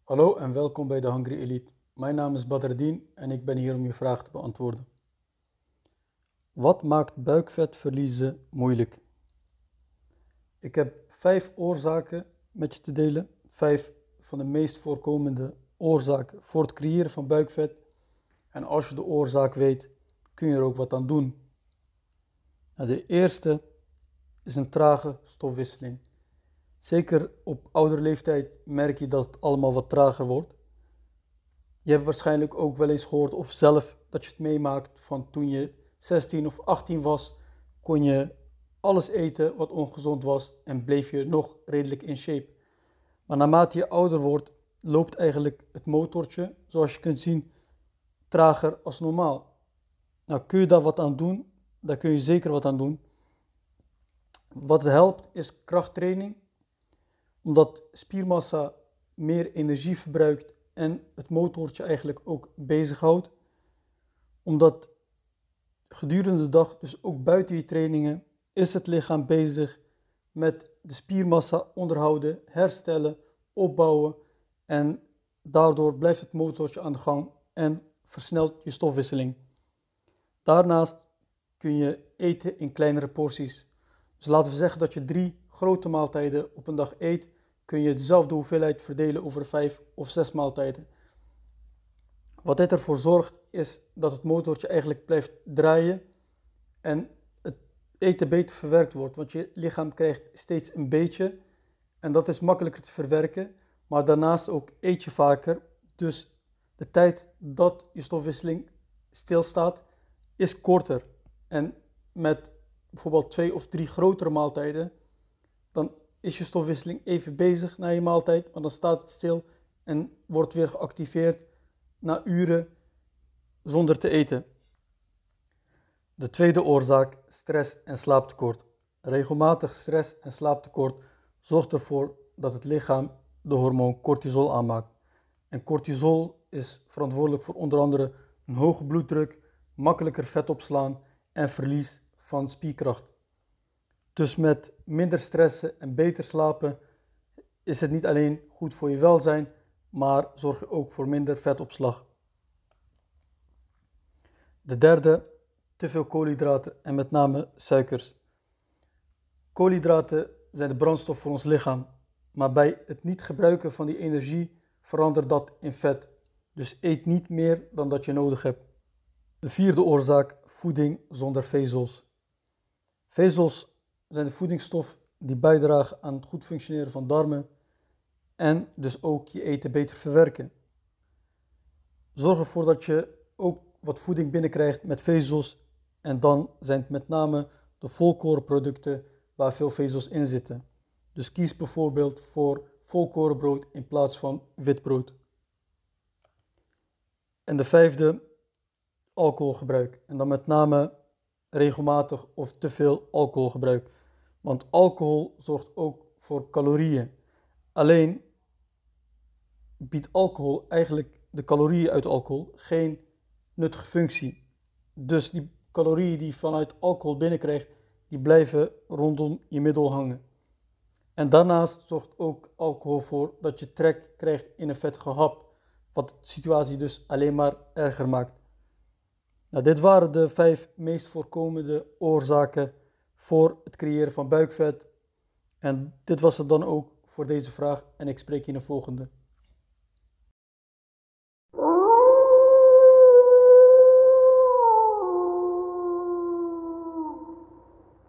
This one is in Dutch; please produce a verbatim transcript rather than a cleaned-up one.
Hallo en welkom bij de Hungry Elite. Mijn naam is Badreddin en ik ben hier om je vraag te beantwoorden. Wat maakt buikvet verliezen moeilijk? Ik heb vijf oorzaken met je te delen. Vijf van de meest voorkomende oorzaken voor het creëren van buikvet. En als je de oorzaak weet, kun je er ook wat aan doen. Nou, de eerste is een trage stofwisseling. Zeker op oudere leeftijd merk je dat het allemaal wat trager wordt. Je hebt waarschijnlijk ook wel eens gehoord of zelf dat je het meemaakt van toen je zestien of achttien was, kon je alles eten wat ongezond was en bleef je nog redelijk in shape. Maar naarmate je ouder wordt, loopt eigenlijk het motortje, zoals je kunt zien, trager als normaal. Nou, kun je daar wat aan doen? Daar kun je zeker wat aan doen. Wat helpt is krachttraining, omdat spiermassa meer energie verbruikt en het motortje eigenlijk ook bezighoudt. Omdat gedurende de dag, dus ook buiten je trainingen, is het lichaam bezig met de spiermassa onderhouden, herstellen, opbouwen. En daardoor blijft het motortje aan de gang en versnelt je stofwisseling. Daarnaast kun je eten in kleinere porties. Dus laten we zeggen dat je drie grote maaltijden op een dag eet, kun je dezelfde hoeveelheid verdelen over vijf of zes maaltijden. Wat dit ervoor zorgt is dat het motortje eigenlijk blijft draaien en het eten beter verwerkt wordt. Want je lichaam krijgt steeds een beetje en dat is makkelijker te verwerken. Maar daarnaast ook eet je vaker. Dus de tijd dat je stofwisseling stilstaat is korter. En met bijvoorbeeld twee of drie grotere maaltijden, dan is je stofwisseling even bezig na je maaltijd, maar dan staat het stil en wordt weer geactiveerd na uren zonder te eten. De tweede oorzaak, stress en slaaptekort. Regelmatig stress en slaaptekort zorgt ervoor dat het lichaam de hormoon cortisol aanmaakt. En cortisol is verantwoordelijk voor onder andere een hoge bloeddruk, makkelijker vet opslaan en verlies van spierkracht. Dus met minder stressen en beter slapen is het niet alleen goed voor je welzijn, maar zorg je ook voor minder vetopslag. De derde, te veel koolhydraten en met name suikers. Koolhydraten zijn de brandstof voor ons lichaam, maar bij het niet gebruiken van die energie verandert dat in vet. Dus eet niet meer dan dat je nodig hebt. De vierde oorzaak, voeding zonder vezels. Vezels zijn de voedingsstof die bijdragen aan het goed functioneren van darmen en dus ook je eten beter verwerken. Zorg ervoor dat je ook wat voeding binnenkrijgt met vezels en dan zijn het met name de volkorenproducten waar veel vezels in zitten. Dus kies bijvoorbeeld voor volkorenbrood in plaats van witbrood. En de vijfde, alcoholgebruik en dan met name regelmatig of te veel alcoholgebruik. Want alcohol zorgt ook voor calorieën. Alleen biedt alcohol eigenlijk de calorieën uit alcohol geen nuttige functie. Dus die calorieën die je vanuit alcohol binnenkrijgt, die blijven rondom je middel hangen. En daarnaast zorgt ook alcohol voor dat je trek krijgt in een vettige hap, wat de situatie dus alleen maar erger maakt. Nou, dit waren de vijf meest voorkomende oorzaken voor het creëren van buikvet. En dit was het dan ook voor deze vraag en ik spreek je in de volgende.